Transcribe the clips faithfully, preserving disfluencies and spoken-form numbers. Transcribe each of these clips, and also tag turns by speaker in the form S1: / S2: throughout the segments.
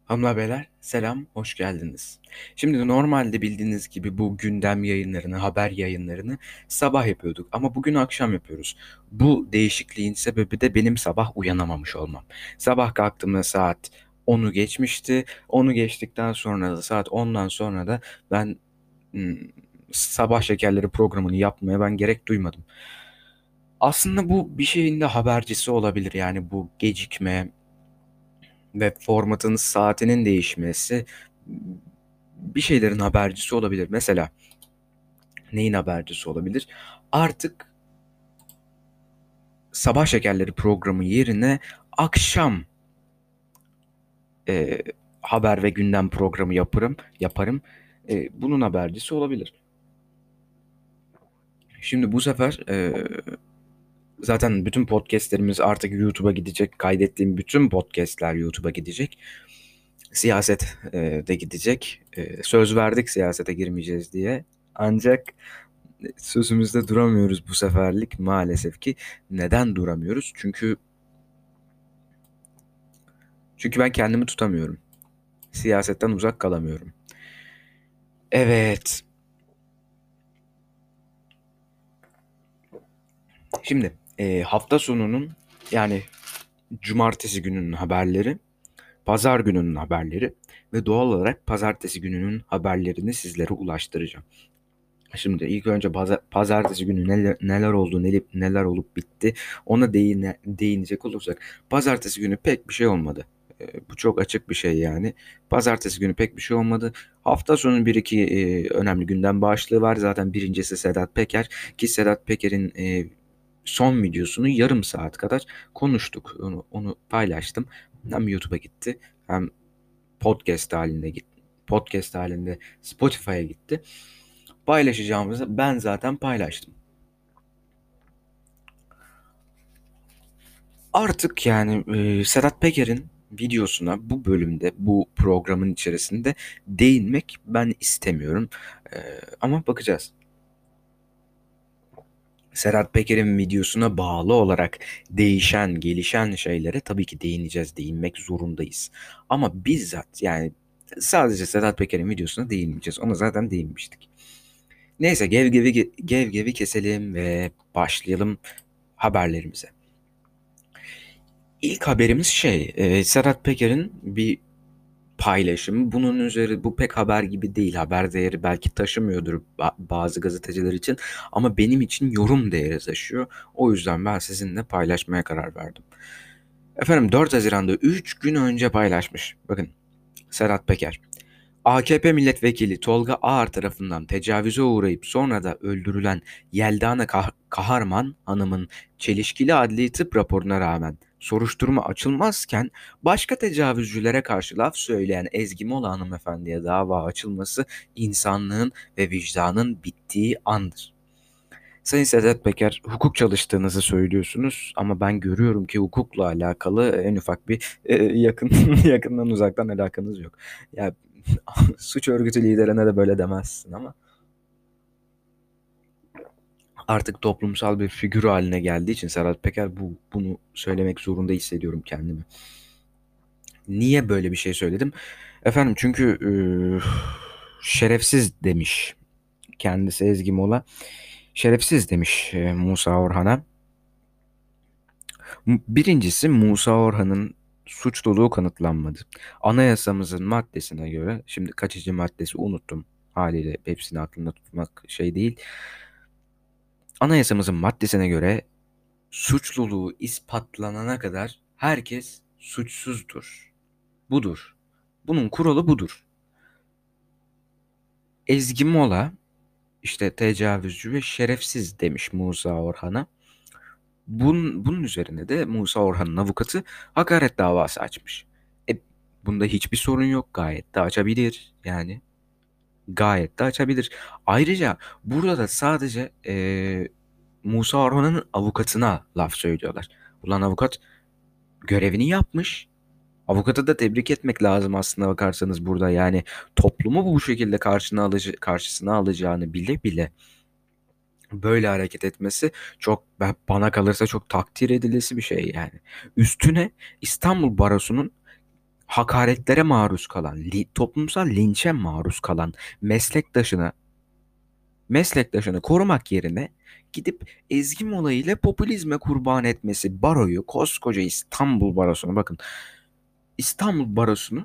S1: Hanımlar beyler selam, hoş geldiniz. Şimdi normalde bildiğiniz gibi bu gündem yayınlarını, haber yayınlarını sabah yapıyorduk ama bugün akşam yapıyoruz. Bu değişikliğin sebebi de benim sabah uyanamamış olmam. Sabah kalktığımda saat onu geçmişti. Onu geçtikten sonra da saat ondan sonra da ben hmm, sabah şekerleri programını yapmaya ben gerek duymadım. Aslında bu bir şeyin de habercisi olabilir. Yani bu gecikme, ve formatın saatinin değişmesi bir şeylerin habercisi olabilir. Mesela neyin habercisi olabilir? Artık sabah şekerleri programı yerine akşam e, haber ve gündem programı yaparım, yaparım. E, bunun habercisi olabilir. Şimdi bu sefer e, zaten bütün podcastlerimiz artık YouTube'a gidecek. Kaydettiğim bütün podcastler YouTube'a gidecek. Siyaset e, de gidecek. E, söz verdik siyasete girmeyeceğiz diye. Ancak sözümüzde duramıyoruz bu seferlik maalesef ki. Neden duramıyoruz? Çünkü çünkü ben kendimi tutamıyorum. Siyasetten uzak kalamıyorum. Evet. Şimdi e, hafta sonunun yani cumartesi gününün haberleri, pazar gününün haberleri ve doğal olarak pazartesi gününün haberlerini sizlere ulaştıracağım. Şimdi ilk önce paza- pazartesi günü neler, neler oldu, neler, neler olup bitti ona değine, değinecek olursak. Pazartesi günü pek bir şey olmadı. Ee, bu çok açık bir şey yani. Pazartesi günü pek bir şey olmadı. Hafta sonu bir iki e, önemli gündem başlığı var. Zaten birincisi Sedat Peker ki Sedat Peker'in e, son videosunu yarım saat kadar konuştuk. Onu, onu paylaştım. Hem YouTube'a gitti hem podcast halinde gitti. Podcast halinde Spotify'a gitti. Paylaşacağımızı ben zaten paylaştım. Artık yani e, Sedat Peker'in videosuna bu bölümde, bu programın içerisinde değinmek ben istemiyorum. E, ama bakacağız. Sedat Peker'in videosuna bağlı olarak değişen, gelişen şeylere tabii ki değineceğiz, değinmek zorundayız. Ama bizzat yani sadece Sedat Peker'in videosuna değinmeyeceğiz. Ona zaten değinmiştik. Neyse gevgevi, gevgevi keselim ve başlayalım haberlerimize. İlk haberimiz şey, e, Sedat Peker'in bir paylaşımı. Bunun üzeri bu pek haber gibi değil. Haber değeri belki taşımıyordur ba- bazı gazeteciler için ama benim için yorum değeri taşıyor. O yüzden ben sizinle paylaşmaya karar verdim. Efendim dört Haziran'da üç gün önce paylaşmış. Bakın Sedat Peker. A K P milletvekili Tolga Ağar tarafından tecavüze uğrayıp sonra da öldürülen Yeldana Kah- Kaharman Hanım'ın çelişkili adli tıp raporuna rağmen soruşturma açılmazken başka tecavüzcülere karşı laf söyleyen Ezgi Mola hanımefendiye dava açılması insanlığın ve vicdanın bittiği andır. Sayın Sedat Peker, hukuk çalıştığınızı söylüyorsunuz ama ben görüyorum ki hukukla alakalı en ufak bir e, yakın yakından uzaktan alakanız yok. Ya suç örgütü liderine de böyle demezsin ama artık toplumsal bir figür haline geldiği için Serhat Peker bu bunu söylemek zorunda hissediyorum kendimi. Niye böyle bir şey söyledim? Efendim çünkü e, şerefsiz demiş kendisi Ezgi Mola. Şerefsiz demiş e, Musa Orhan'a. Birincisi Musa Orhan'ın suçluluğu kanıtlanmadı. Anayasamızın maddesine göre, şimdi kaçıncı maddesi unuttum. Haliyle hepsini aklımda tutmak şey değil. Anayasamızın maddesine göre suçluluğu ispatlanana kadar herkes suçsuzdur. Budur. Bunun kuralı budur. Ezgi Mola işte tecavüzcü ve şerefsiz demiş Musa Orhan'a. Bunun, bunun üzerine de Musa Orhan'ın avukatı hakaret davası açmış. E, bunda hiçbir sorun yok. Gayet de açabilir. Yani gayet de açabilir. Ayrıca burada da sadece e, Musa Orhan'ın avukatına laf söylüyorlar. Ulan avukat görevini yapmış. Avukatı da tebrik etmek lazım aslında bakarsanız burada. Yani toplumu bu şekilde karşına alıcı, karşısına alacağını bile bile böyle hareket etmesi çok ben- bana kalırsa çok takdir edilesi bir şey yani. Üstüne İstanbul Barosu'nun hakaretlere maruz kalan, li- toplumsal linçe maruz kalan meslektaşına meslektaşını korumak yerine gidip Ezgi Mola ile popülizme kurban etmesi baroyu, koskoca İstanbul Barosu'nu, bakın, İstanbul Barosu'nu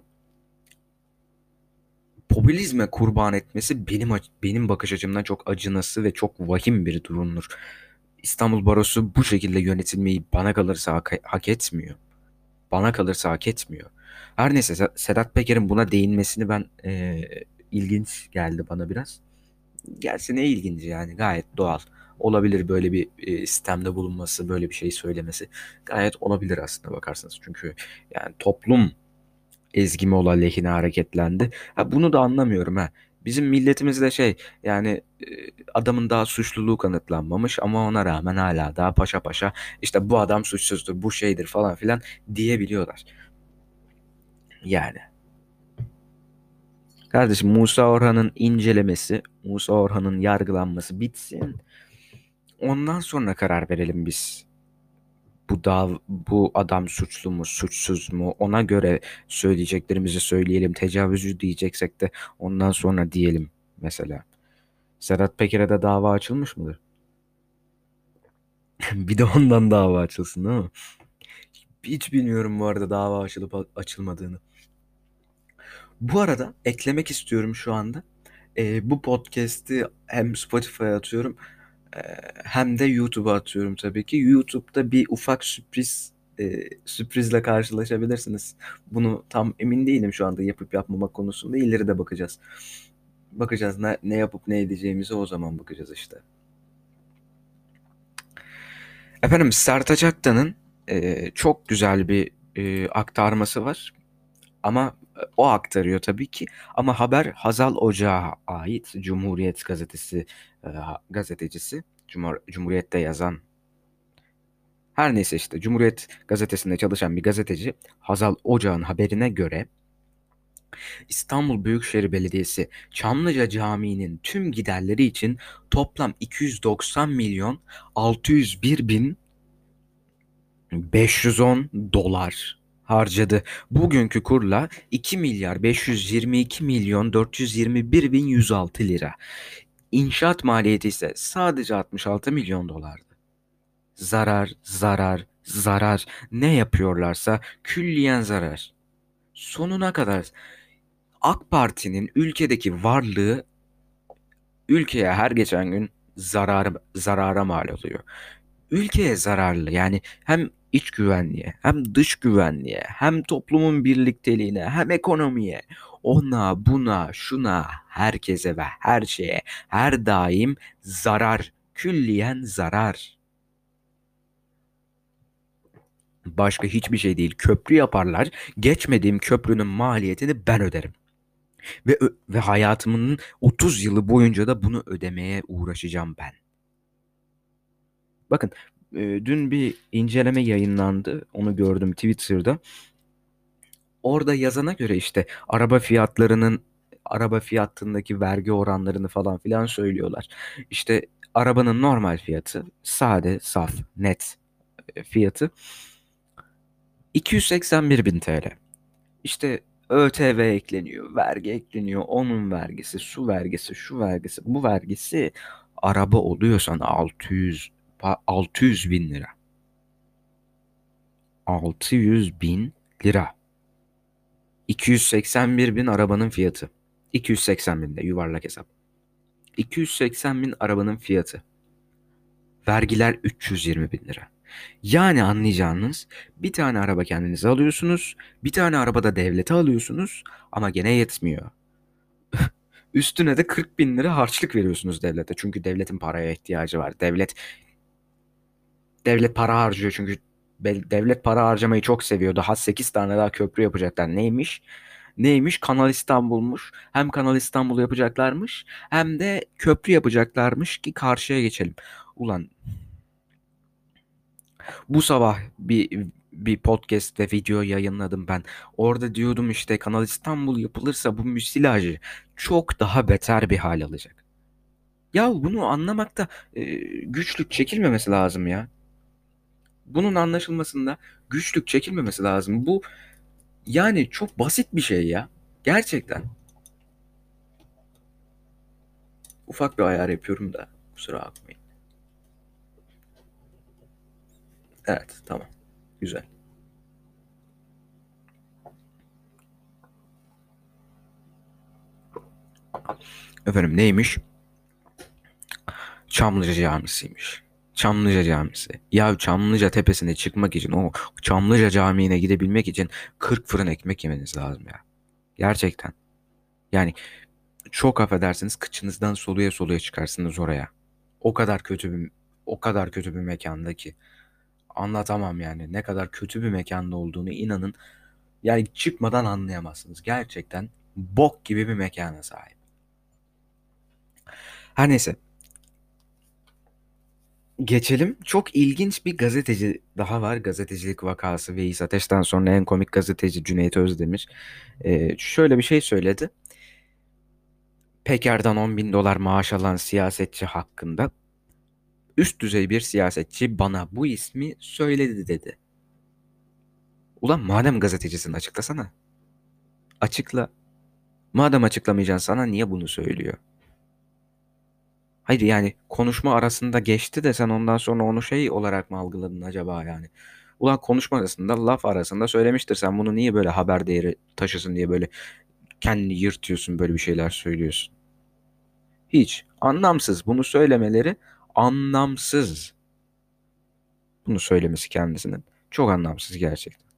S1: popülizme kurban etmesi benim benim bakış açımdan çok acınası ve çok vahim bir durumdur. İstanbul Barosu bu şekilde yönetilmeyi bana kalırsa hak, hak etmiyor. Bana kalırsa hak etmiyor. Her neyse, Sedat Peker'in buna değinmesini ben eee, ilginç geldi bana biraz. Gerçi ne ilginci, yani gayet doğal. Olabilir böyle bir e, sistemde bulunması, böyle bir şey söylemesi. Gayet olabilir aslında bakarsanız. Çünkü yani toplum Ezgi Mola lehine hareketlendi. Ha, bunu da anlamıyorum ha. Bizim milletimizde şey, yani e, adamın daha suçluluğu kanıtlanmamış ama ona rağmen hala daha paşa paşa işte bu adam suçsuzdur, bu şeydir falan filan diyebiliyorlar. Yani kardeşim, Musa Orhan'ın incelemesi, Musa Orhan'ın yargılanması bitsin. Ondan sonra karar verelim biz. Bu dav bu adam suçlu mu, suçsuz mu? Ona göre söyleyeceklerimizi söyleyelim. Tecavüzcü diyeceksek de ondan sonra diyelim mesela. Sedat Peker'e de dava açılmış mıdır? Bir de ondan dava açılsın, değil mi? Hiç bilmiyorum bu arada dava açılıp açılmadığını. Bu arada eklemek istiyorum şu anda. Ee, bu podcast'i hem Spotify'a atıyorum, e, hem de YouTube'a atıyorum tabii ki. YouTube'da bir ufak sürpriz e, sürprizle karşılaşabilirsiniz. Bunu tam emin değilim şu anda yapıp yapmamak konusunda. İleride bakacağız. Bakacağız ne, ne yapıp ne edeceğimize, o zaman bakacağız işte. Efendim, Sertaç Aktan'ın e, çok güzel bir e, aktarması var. Ama e, o aktarıyor tabii ki. Ama haber Hazal Ocağı ait. Cumhuriyet gazetesi e, gazetecisi. Cumhur, Cumhuriyet'te yazan, her neyse işte, Cumhuriyet gazetesinde çalışan bir gazeteci Hazal Ocağ'ın haberine göre İstanbul Büyükşehir Belediyesi Çamlıca Camii'nin tüm giderleri için toplam iki yüz doksan milyon altı yüz bir bin beş yüz on dolar harcadı. Bugünkü kurla iki milyar beş yüz yirmi iki milyon dört yüz yirmi bir bin yüz altı lira. İnşaat maliyeti ise sadece altmış altı milyon dolardı. Zarar, zarar, zarar. Ne yapıyorlarsa külliyen zarar. Sonuna kadar AK Parti'nin ülkedeki varlığı ülkeye her geçen gün zarar, zarara mal oluyor. Ülkeye zararlı, yani hem iç güvenliğe, hem dış güvenliğe, hem toplumun birlikteliğine, hem ekonomiye, ona buna şuna, herkese ve her şeye her daim zarar, külliyen zarar. Başka hiçbir şey değil. Köprü yaparlar. Geçmediğim köprünün maliyetini ben öderim. Ve ve hayatımın otuz yılı boyunca da bunu ödemeye uğraşacağım ben. Bakın, e, dün bir inceleme yayınlandı. Onu gördüm Twitter'da. Orada yazana göre işte araba fiyatlarının araba fiyatındaki vergi oranlarını falan filan söylüyorlar. İşte arabanın normal fiyatı, sade, saf, net e, fiyatı iki yüz seksen bir bin T L. İşte ÖTV ekleniyor, vergi ekleniyor, onun vergisi, su vergisi, şu vergisi, bu vergisi. Araba oluyorsan altı yüz, altı yüz bin lira. altı yüz bin lira. iki yüz seksen bir bin arabanın fiyatı. iki yüz seksen bin de yuvarlak hesap. iki yüz seksen bin arabanın fiyatı. Vergiler üç yüz yirmi bin lira. Yani anlayacağınız, bir tane araba kendinize alıyorsunuz. Bir tane arabada devlete alıyorsunuz. Ama gene yetmiyor. Üstüne de kırk bin lira harçlık veriyorsunuz devlete. Çünkü devletin paraya ihtiyacı var. Devlet devlet para harcıyor çünkü devlet para harcamayı çok seviyor. Daha sekiz tane daha köprü yapacaklar. Neymiş? Neymiş? Kanal İstanbul'muş. Hem Kanal İstanbul yapacaklarmış, hem de köprü yapacaklarmış ki karşıya geçelim. Ulan, bu sabah bir bir podcast ve video yayınladım ben. Orada diyordum işte, Kanal İstanbul yapılırsa bu müsilajı çok daha beter bir hal alacak. Ya bunu anlamakta e, güçlük çekilmemesi lazım ya. Bunun anlaşılmasında güçlük çekilmemesi lazım. Bu Yani çok basit bir şey ya. Gerçekten. Ufak bir ayar yapıyorum da. Kusura bakmayın. Evet, tamam. Güzel. Efendim neymiş? Çamlıca Camisi'ymiş. Çamlıca Camisi. Ya Çamlıca Tepesi'ne çıkmak için, o Çamlıca Camii'ne gidebilmek için kırk fırın ekmek yemeniz lazım ya. Gerçekten. Yani çok affedersiniz, kıçınızdan soluya soluya çıkarsınız oraya. O kadar kötü bir o kadar kötü bir mekanda ki anlatamam yani. Ne kadar kötü bir mekanda olduğunu inanın. Yani çıkmadan anlayamazsınız. Gerçekten bok gibi bir mekana sahip. Her neyse. Geçelim. Çok ilginç bir gazeteci daha var. Gazetecilik vakası. Veys Ateş'ten sonra en komik gazeteci Cüneyt Özdemir. Ee, şöyle bir şey söyledi. Peker'den on bin dolar maaş alan siyasetçi hakkında üst düzey bir siyasetçi bana bu ismi söyledi dedi. Ulan madem gazetecisin açıklasana. Açıkla. Madem açıklamayacaksın, sana niye bunu söylüyor? Hayır yani konuşma arasında geçti de sen ondan sonra onu şey olarak mı algıladın acaba yani? Ulan konuşma arasında, laf arasında söylemiştir. Sen bunu niye böyle haber değeri taşısın diye böyle kendini yırtıyorsun, böyle bir şeyler söylüyorsun. Hiç. Anlamsız. Bunu söylemeleri anlamsız. Bunu söylemesi kendisinin. Çok anlamsız gerçekten.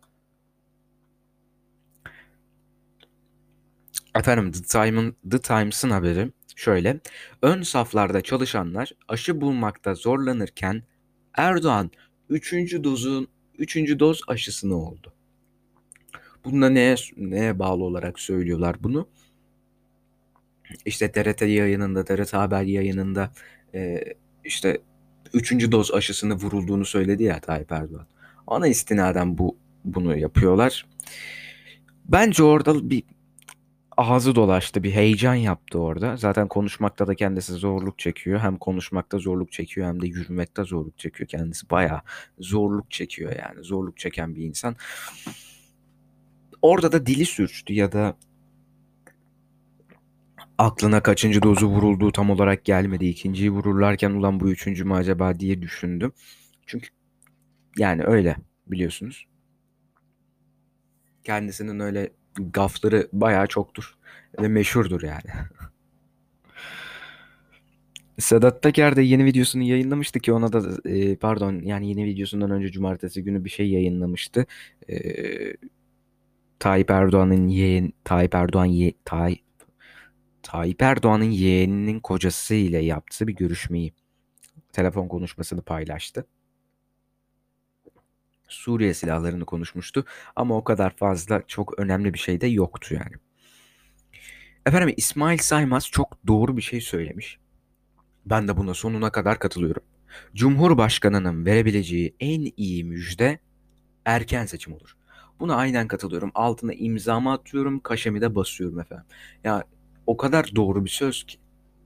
S1: Efendim The Time'ın, The Times'ın haberi şöyle. Ön saflarda çalışanlar aşı bulmakta zorlanırken Erdoğan üçüncü dozun üçüncü doz aşısını oldu. Bunda neye neye bağlı olarak söylüyorlar bunu? İşte T R T yayınında, T R T Haber yayınında e, işte üçüncü doz aşısını vurulduğunu söyledi ya Tayyip Erdoğan. Ona istinaden bu bunu yapıyorlar. Bence orada bir ağzı dolaştı, bir heyecan yaptı orada. Zaten konuşmakta da kendisi zorluk çekiyor. Hem konuşmakta zorluk çekiyor hem de yürümekte zorluk çekiyor. Kendisi bayağı zorluk çekiyor yani. Zorluk çeken bir insan. Orada da dili sürçtü ya da aklına kaçıncı dozu vurulduğu tam olarak gelmedi. İkinciyi vururlarken ulan bu üçüncü mü acaba diye düşündüm. Çünkü yani öyle biliyorsunuz. Kendisinin öyle gafları bayağı çoktur ve meşhurdur yani. Sedat Peker de yeni videosunu yayınlamıştı ki ona da e, pardon yani yeni videosundan önce cumartesi günü bir şey yayınlamıştı. E, Tayyip Erdoğan'ın yeğen Tayyip Erdoğan ye, Tay, Tayyip Erdoğan'ın yeğeninin kocası ile yaptığı bir görüşmeyi, telefon konuşmasını paylaştı. Suriye silahlarını konuşmuştu ama o kadar fazla çok önemli bir şey de yoktu yani. Efendim İsmail Saymaz çok doğru bir şey söylemiş. Ben de buna sonuna kadar katılıyorum. Cumhurbaşkanının verebileceği en iyi müjde erken seçim olur. Buna aynen katılıyorum. Altına imzamı atıyorum, kaşemi de basıyorum efendim. Ya o kadar doğru bir söz ki.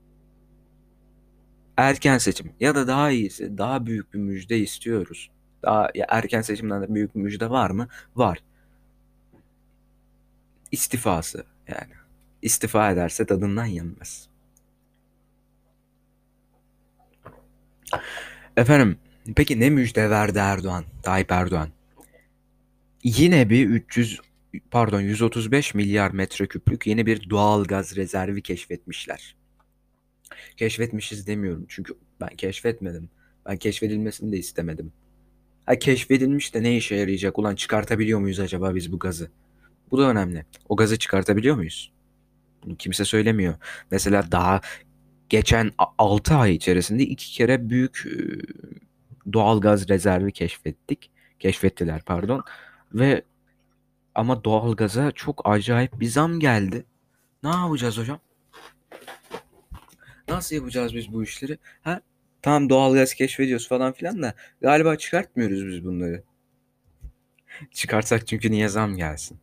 S1: Erken seçim ya da daha iyisi, daha büyük bir müjde istiyoruz. Daha ya erken seçimden de büyük bir müjde var mı? Var. İstifası yani. İstifa ederse tadından yenmez. Efendim, peki ne müjde verdi Erdoğan, Tayyip Erdoğan? Yine bir üç yüz pardon yüz otuz beş milyar metreküplük yeni bir doğal gaz rezervi keşfetmişler. Keşfetmişiz demiyorum çünkü ben keşfetmedim. Ben keşfedilmesini de istemedim. Ha keşfedilmiş de ne işe yarayacak? Ulan çıkartabiliyor muyuz acaba biz bu gazı? Bu da önemli. O gazı çıkartabiliyor muyuz? Bunu kimse söylemiyor. Mesela daha geçen altı ay içerisinde iki kere büyük e, doğal gaz rezervi keşfettik. Keşfettiler pardon. Ve ama doğalgaza çok acayip bir zam geldi. Ne yapacağız hocam? Nasıl yapacağız biz bu işleri? Ha? Tamam doğalgaz keşfediyoruz falan filan da galiba çıkartmıyoruz biz bunları. Çıkarsak çünkü niye zam gelsin?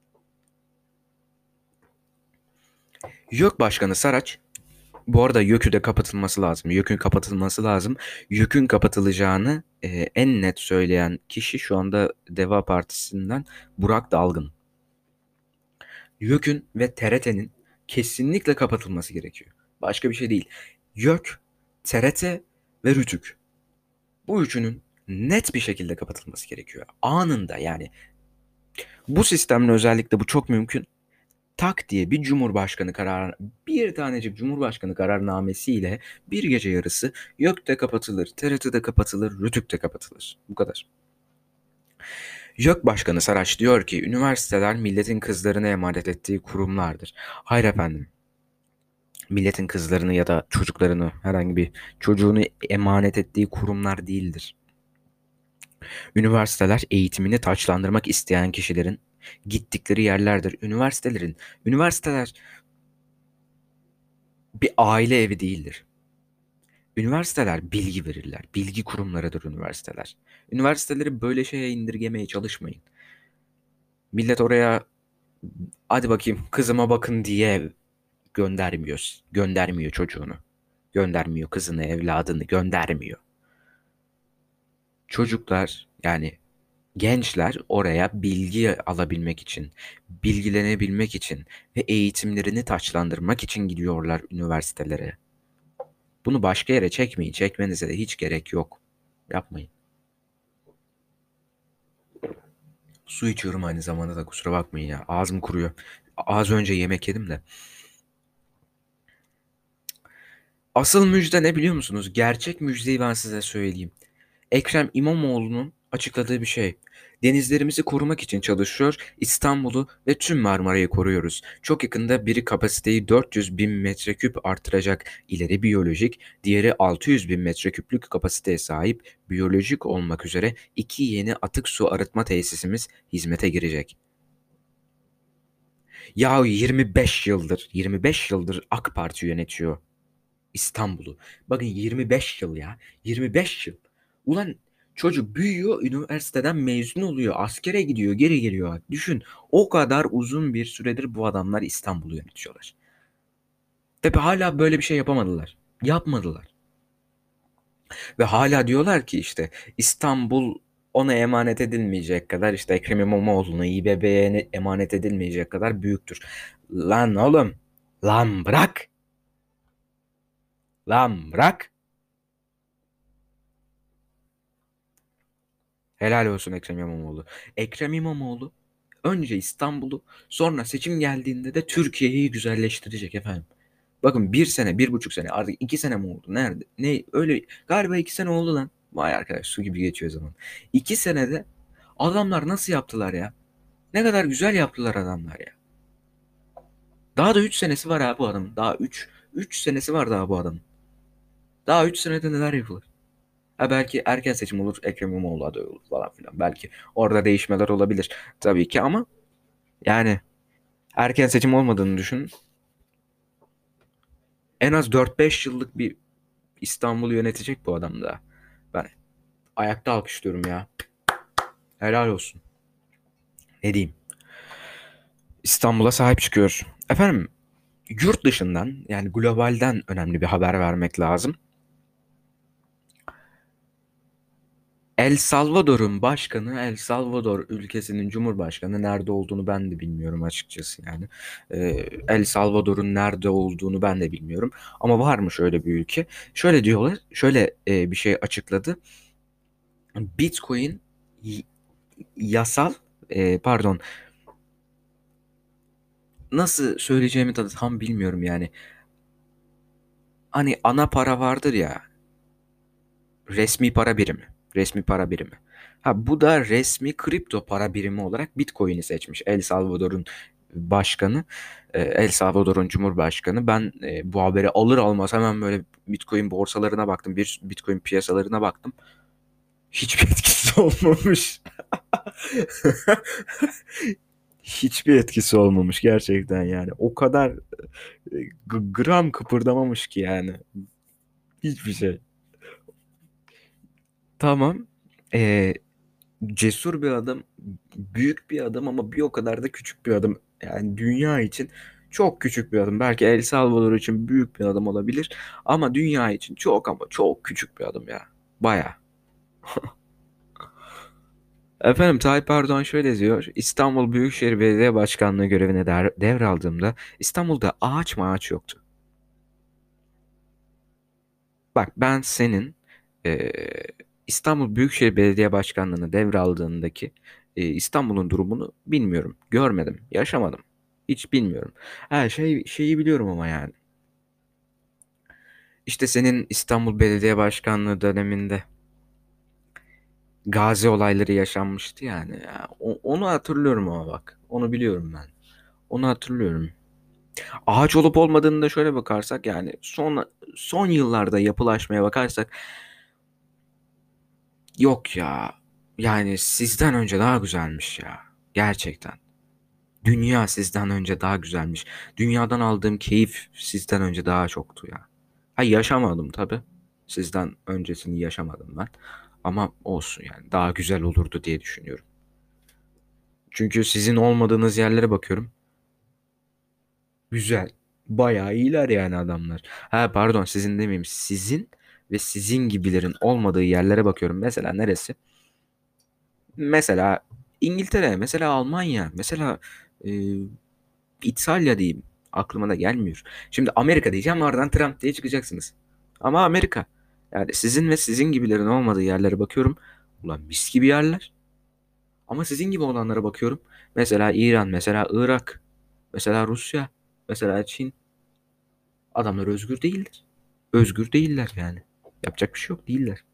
S1: YÖK Başkanı Saraç, bu arada YÖK'ü de kapatılması lazım. YÖK'ün kapatılması lazım. YÖK'ün kapatılacağını e, en net söyleyen kişi şu anda Deva Partisi'nden Burak Dalgın. YÖK'ün ve T R T'nin kesinlikle kapatılması gerekiyor. Başka bir şey değil. YÖK, T R T ve RTÜK. Bu üçünün net bir şekilde kapatılması gerekiyor. Anında yani. Bu sistemle özellikle bu çok mümkün. Tak diye bir cumhurbaşkanı kararı, bir tanecik cumhurbaşkanı kararnamesiyle bir gece yarısı YÖK de kapatılır, T R T de kapatılır, RTÜK de kapatılır. Bu kadar. YÖK Başkanı Saraç diyor ki üniversiteler milletin kızlarını emanet ettiği kurumlardır. Hayır efendim. Milletin kızlarını ya da çocuklarını, herhangi bir çocuğunu emanet ettiği kurumlar değildir. Üniversiteler eğitimini taçlandırmak isteyen kişilerin gittikleri yerlerdir. Üniversitelerin, üniversiteler bir aile evi değildir. Üniversiteler bilgi verirler. Bilgi kurumlarıdır üniversiteler. Üniversiteleri böyle şeye indirgemeye çalışmayın. Millet oraya hadi bakayım kızıma bakın diye göndermiyor. Göndermiyor çocuğunu. Göndermiyor kızını, evladını göndermiyor. Çocuklar yani gençler oraya bilgi alabilmek için, bilgilenebilmek için ve eğitimlerini taçlandırmak için gidiyorlar üniversitelere. Bunu başka yere çekmeyin. Çekmenize de hiç gerek yok. Yapmayın. Su içiyorum aynı zamanda da kusura bakmayın ya. Ağzım kuruyor. Az önce yemek yedim de. Asıl müjde ne biliyor musunuz? Gerçek müjdeyi ben size söyleyeyim. Ekrem İmamoğlu'nun açıkladığı bir şey. Denizlerimizi korumak için çalışıyor. İstanbul'u ve tüm Marmara'yı koruyoruz. Çok yakında biri kapasiteyi dört yüz bin metreküp artıracak ileri biyolojik, diğeri altı yüz bin metreküplük kapasiteye sahip biyolojik olmak üzere iki yeni atık su arıtma tesisimiz hizmete girecek. Ya yirmi beş yıldır, yirmi beş yıldır AK Parti yönetiyor İstanbul'u. Bakın yirmi beş yıl ya. yirmi beş yıl. Ulan çocuk büyüyor, üniversiteden mezun oluyor, askere gidiyor, geri geliyor. Düşün, o kadar uzun bir süredir bu adamlar İstanbul'u yönetiyorlar. Tabi hala böyle bir şey yapamadılar. Yapmadılar. Ve hala diyorlar ki işte İstanbul ona emanet edilmeyecek kadar işte Ekrem İmamoğlu'na İBB'ye emanet edilmeyecek kadar büyüktür. Lan oğlum, lan bırak, lan bırak. Helal olsun Ekrem İmamoğlu. Ekrem İmamoğlu önce İstanbul'u sonra seçim geldiğinde de Türkiye'yi güzelleştirecek efendim. Bakın bir sene, bir buçuk sene artık iki sene mi oldu? Nerede? Ne öyle galiba iki sene oldu lan. Vay arkadaş su gibi geçiyor zaman. İki senede adamlar nasıl yaptılar ya? Ne kadar güzel yaptılar adamlar ya. Daha da üç senesi var ha bu adamın. Daha üç üç senesi var daha bu adamın. Daha üç senede neler yapılır? Ha belki erken seçim olur, Ekrem İmamoğlu aday olur falan filan. Belki orada değişmeler olabilir tabii ki ama yani erken seçim olmadığını düşün. En az dört beş yıllık bir İstanbul'u yönetecek bu adam da. Ben ayakta alkışlıyorum ya. Helal olsun. Ne diyeyim? İstanbul'a sahip çıkıyor. Efendim yurt dışından yani globalden önemli bir haber vermek lazım. El Salvador'un başkanı, El Salvador ülkesinin cumhurbaşkanı nerede olduğunu ben de bilmiyorum açıkçası yani. Ee, El Salvador'un nerede olduğunu ben de bilmiyorum. Ama var mı şöyle bir ülke? Şöyle diyorlar, şöyle e, bir şey açıkladı. Bitcoin y- yasal, e, pardon, nasıl söyleyeceğimi de tam bilmiyorum yani. Hani ana para vardır ya, resmi para birimi. Resmi para birimi. Ha bu da resmi kripto para birimi olarak Bitcoin'i seçmiş. El Salvador'un başkanı, e, El Salvador'un cumhurbaşkanı. Ben e, bu haberi alır almaz hemen böyle Bitcoin borsalarına baktım. Bir Bitcoin piyasalarına baktım. Hiçbir etkisi olmamış. Hiçbir etkisi olmamış gerçekten yani. O kadar e, g- gram kıpırdamamış ki yani. Hiçbir şey. Tamam. E, Cesur bir adam, büyük bir adam ama bir o kadar da küçük bir adam. Yani dünya için çok küçük bir adım. Belki El Salvador için büyük bir adım olabilir ama dünya için çok ama çok küçük bir adım ya. Baya. Efendim Tayyip Erdoğan şöyle diyor. İstanbul Büyükşehir Belediye Başkanlığı görevine der- devraldığımda İstanbul'da ağaç mı ağaç yoktu. Bak ben senin eee, İstanbul Büyükşehir Belediye Başkanlığı'nı devraldığındaki eee, İstanbul'un durumunu bilmiyorum. Görmedim, yaşamadım. Hiç bilmiyorum. Ha şey şeyi biliyorum ama yani. İşte senin İstanbul Belediye Başkanlığı döneminde Gazi olayları yaşanmıştı yani. Ya, o- onu hatırlıyorum ama bak. Onu biliyorum ben. Onu hatırlıyorum. Ağaç olup olmadığını da şöyle bakarsak yani son son yıllarda yapılaşmaya bakarsak yok ya. Yani sizden önce daha güzelmiş ya. Gerçekten. Dünya sizden önce daha güzelmiş. Dünyadan aldığım keyif sizden önce daha çoktu ya. Ha yaşamadım tabii. Sizden öncesini yaşamadım ben. Ama olsun yani daha güzel olurdu diye düşünüyorum. Çünkü sizin olmadığınız yerlere bakıyorum. Güzel. Bayağı iyiler yani adamlar. Ha pardon sizin demeyeyim. Sizin ve sizin gibilerin olmadığı yerlere bakıyorum. Mesela neresi? Mesela İngiltere, mesela Almanya, mesela e, İtalya diyeyim. Aklıma da gelmiyor. Şimdi Amerika diyeceğim oradan Trump diye çıkacaksınız. Ama Amerika. Yani sizin ve sizin gibilerin olmadığı yerlere bakıyorum. Ulan mis gibi yerler. Ama sizin gibi olanlara bakıyorum. Mesela İran, mesela Irak, mesela Rusya, mesela Çin. Adamlar özgür değildir. Özgür değiller yani. Yapacak bir şey yok değiller.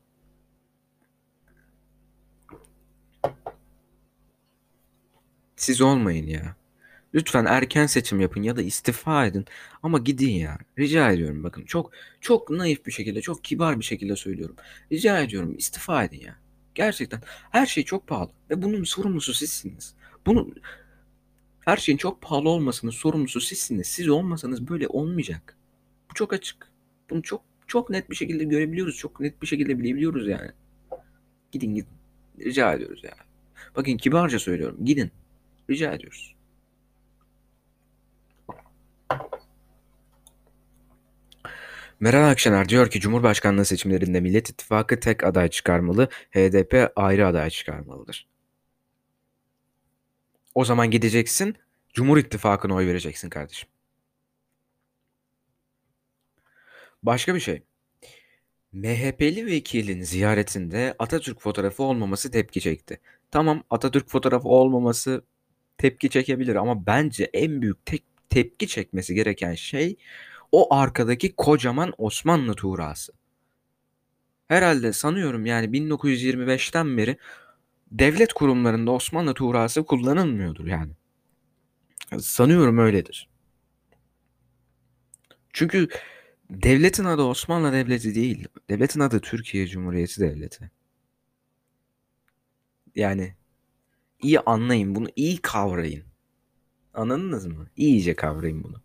S1: Siz olmayın ya. Lütfen erken seçim yapın ya da istifa edin. Ama gidin ya. Rica ediyorum bakın. Çok çok naif bir şekilde, çok kibar bir şekilde söylüyorum. Rica ediyorum istifa edin ya. Gerçekten her şey çok pahalı ve bunun sorumlusu sizsiniz. Bunun her şeyin çok pahalı olmasının sorumlusu sizsiniz. Siz olmasanız böyle olmayacak. Bu çok açık. Bunu çok çok net bir şekilde görebiliyoruz. Çok net bir şekilde bilebiliyoruz yani. Gidin gidin. Rica ediyoruz ya. Bakın kibarca söylüyorum. Gidin. Rica ediyoruz. Meral Akşener diyor ki Cumhurbaşkanlığı seçimlerinde Millet İttifakı tek aday çıkarmalı, H D P ayrı aday çıkarmalıdır. O zaman gideceksin, Cumhur İttifakı'na oy vereceksin kardeşim. Başka bir şey. M H P'li vekilin ziyaretinde Atatürk fotoğrafı olmaması tepki çekti. Tamam Atatürk fotoğrafı olmaması tepki çekebilir ama bence en büyük tek tepki çekmesi gereken şey o arkadaki kocaman Osmanlı tuğrası. Herhalde sanıyorum yani bin dokuz yüz yirmi beşten beri devlet kurumlarında Osmanlı tuğrası kullanılmıyordur yani. Sanıyorum öyledir. Çünkü devletin adı Osmanlı Devleti değil. Devletin adı Türkiye Cumhuriyeti Devleti. Yani iyi anlayın bunu, iyi kavrayın. Anladınız mı? İyice kavrayın bunu.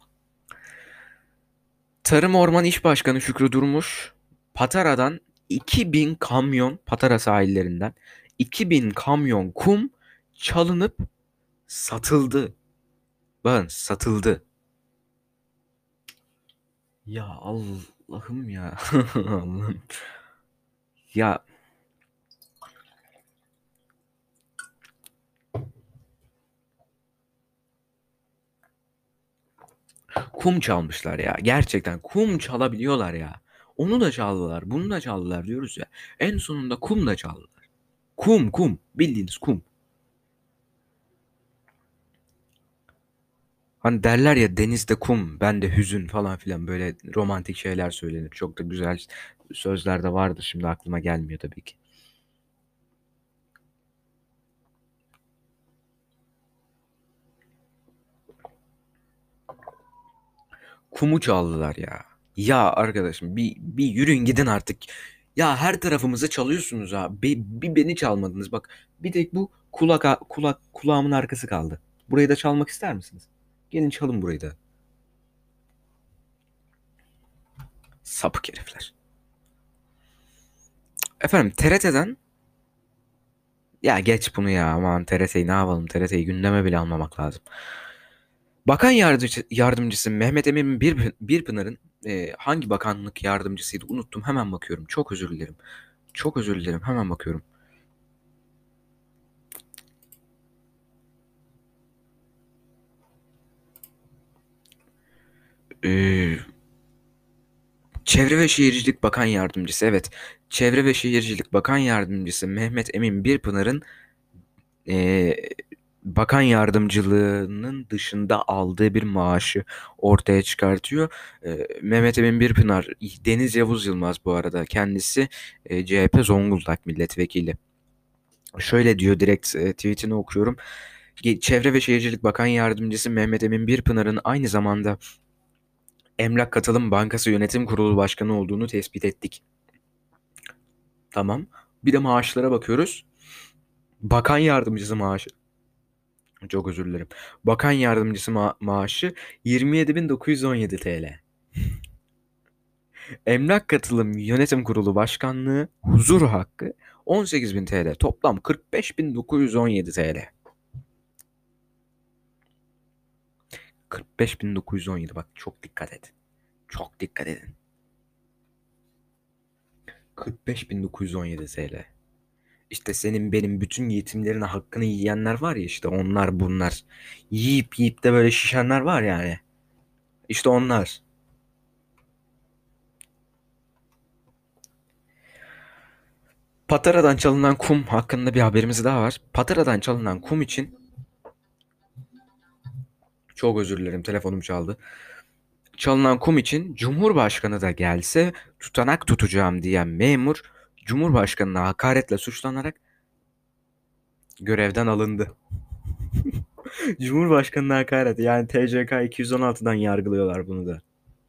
S1: Tarım Orman İş Başkanı Şükrü Durmuş, Patara'dan iki bin kamyon, Patara sahillerinden iki bin kamyon kum çalınıp satıldı. Bakın satıldı. Ya Allah'ım ya. Allah'ım. Ya kum çalmışlar ya. Gerçekten kum çalabiliyorlar ya. Onu da çaldılar, bunu da çaldılar diyoruz ya. En sonunda kum da çaldılar. Kum kum. Bildiğiniz kum. Hani derler ya denizde kum, bende hüzün falan filan böyle romantik şeyler söylenir. Çok da güzel sözler de vardır. Şimdi aklıma gelmiyor tabii ki. Kumu çaldılar ya. Ya arkadaşım bir, bir yürüyün gidin artık. Ya her tarafımızı çalıyorsunuz ha. Bir, bir beni çalmadınız. Bak bir tek bu kulak, kulak kulağımın arkası kaldı. Burayı da çalmak ister misiniz? Gelin çalın burayı da. Sapık herifler. Efendim T R T'den ya geç bunu ya aman T R T'yi ne yapalım T R T'yi gündeme bile almamak lazım. Bakan yardımcısı, yardımcısı Mehmet Emin Bir, Birpınar'ın e, hangi bakanlık yardımcısıydı unuttum hemen bakıyorum. Çok özür dilerim. Çok özür dilerim hemen bakıyorum. Ee, Çevre ve Şehircilik Bakan Yardımcısı, evet. Çevre ve Şehircilik Bakan Yardımcısı Mehmet Emin Birpınar'ın e, bakan yardımcılığının dışında aldığı bir maaşı ortaya çıkartıyor. E, Mehmet Emin Birpınar, Deniz Yavuz Yılmaz bu arada kendisi e, C H P Zonguldak milletvekili. Şöyle diyor, direkt e, tweetini okuyorum. Çevre ve Şehircilik Bakan Yardımcısı Mehmet Emin Birpınar'ın aynı zamanda Emlak Katılım Bankası Yönetim Kurulu Başkanı olduğunu tespit ettik. Tamam. Bir de maaşlara bakıyoruz. Bakan yardımcısı maaşı. Çok özür dilerim. Bakan yardımcısı ma- maaşı yirmi yedi bin dokuz yüz on yedi T L. Emlak Katılım Yönetim Kurulu Başkanlığı huzur hakkı on sekiz bin T L. Toplam kırk beş bin dokuz yüz on yedi T L. kırk beş bin dokuz yüz on yedi, bak çok dikkat et. Çok dikkat edin. kırk beş bin dokuz yüz on yedi T L. İşte senin benim bütün yetimlerin hakkını yiyenler var ya, işte onlar bunlar. Yiyip yiyip de böyle şişenler var yani. İşte onlar. Patara'dan çalınan kum hakkında bir haberimiz daha var. Patara'dan çalınan kum için, çok özür dilerim telefonum çaldı. Çalınan kum için Cumhurbaşkanı da gelse tutanak tutacağım diyen memur Cumhurbaşkanına hakaretle suçlanarak görevden alındı. Cumhurbaşkanına hakaret, yani T C K iki yüz on altıdan yargılıyorlar bunu da.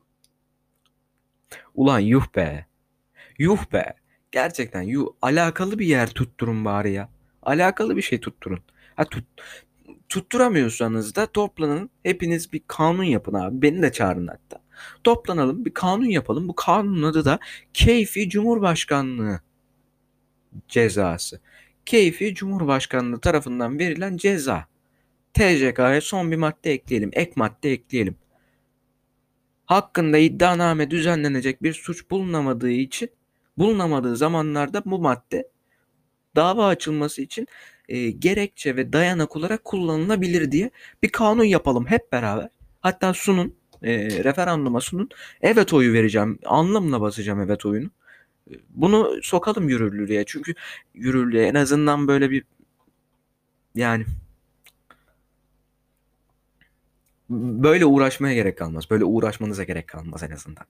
S1: Ulan yuh be. Yuh be. Gerçekten yuh. Alakalı bir yer tutturun bari ya. Alakalı bir şey tutturun. Ha, tut, tutturamıyorsanız da toplanın. Hepiniz bir kanun yapın abi. Beni de çağırın hatta. Toplanalım, bir kanun yapalım. Bu kanunun adı da Keyfi Cumhurbaşkanlığı cezası. Keyfi Cumhurbaşkanlığı tarafından verilen ceza. T C K'ya son bir madde ekleyelim. Ek madde ekleyelim. Hakkında iddianame düzenlenecek bir suç bulunamadığı için, bulunamadığı zamanlarda bu madde dava açılması için e, gerekçe ve dayanak olarak kullanılabilir diye bir kanun yapalım hep beraber. Hatta sunun, e, referanduma sunun. Evet oyu vereceğim. Anlamına basacağım evet oyunu. E, Bunu sokalım yürürlüğe. Çünkü yürürlüğe en azından böyle bir, yani böyle uğraşmaya gerek kalmaz. Böyle uğraşmanıza gerek kalmaz en azından.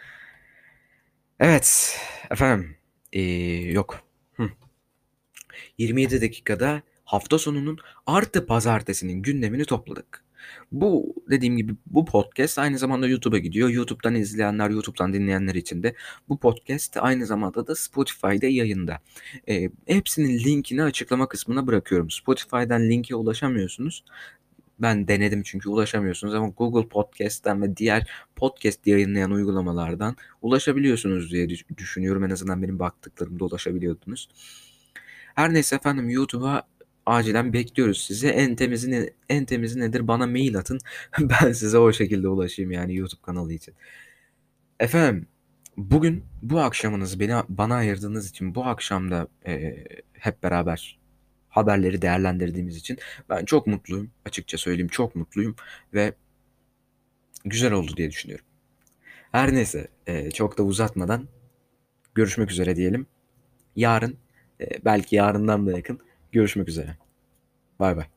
S1: Evet efendim. Ee, yok. Hı. yirmi yedi dakikada hafta sonunun artı pazartesinin gündemini topladık. Bu dediğim gibi bu podcast aynı zamanda YouTube'a gidiyor. YouTube'dan izleyenler, YouTube'dan dinleyenler için de bu podcast aynı zamanda da Spotify'da yayında. Ee, hepsinin linkini açıklama kısmına bırakıyorum. Spotify'dan linke ulaşamıyorsunuz. Ben denedim çünkü ulaşamıyorsunuz, ama Google Podcast'ten ve diğer podcast yayınlayan uygulamalardan ulaşabiliyorsunuz diye düşünüyorum. En azından benim baktıklarımda ulaşabiliyordunuz. Her neyse efendim, YouTube'a acilen bekliyoruz sizi. En temizi ne, en temizi nedir? Bana mail atın. Ben size o şekilde ulaşayım, yani YouTube kanalı için. Efendim, bugün bu akşamınızı beni bana ayırdığınız için, bu akşam da e, hep beraber haberleri değerlendirdiğimiz için ben çok mutluyum. Açıkça söyleyeyim, çok mutluyum ve güzel oldu diye düşünüyorum. Her neyse, e, çok da uzatmadan görüşmek üzere diyelim. Yarın, e, belki yarından da yakın görüşmek üzere. Bay bay.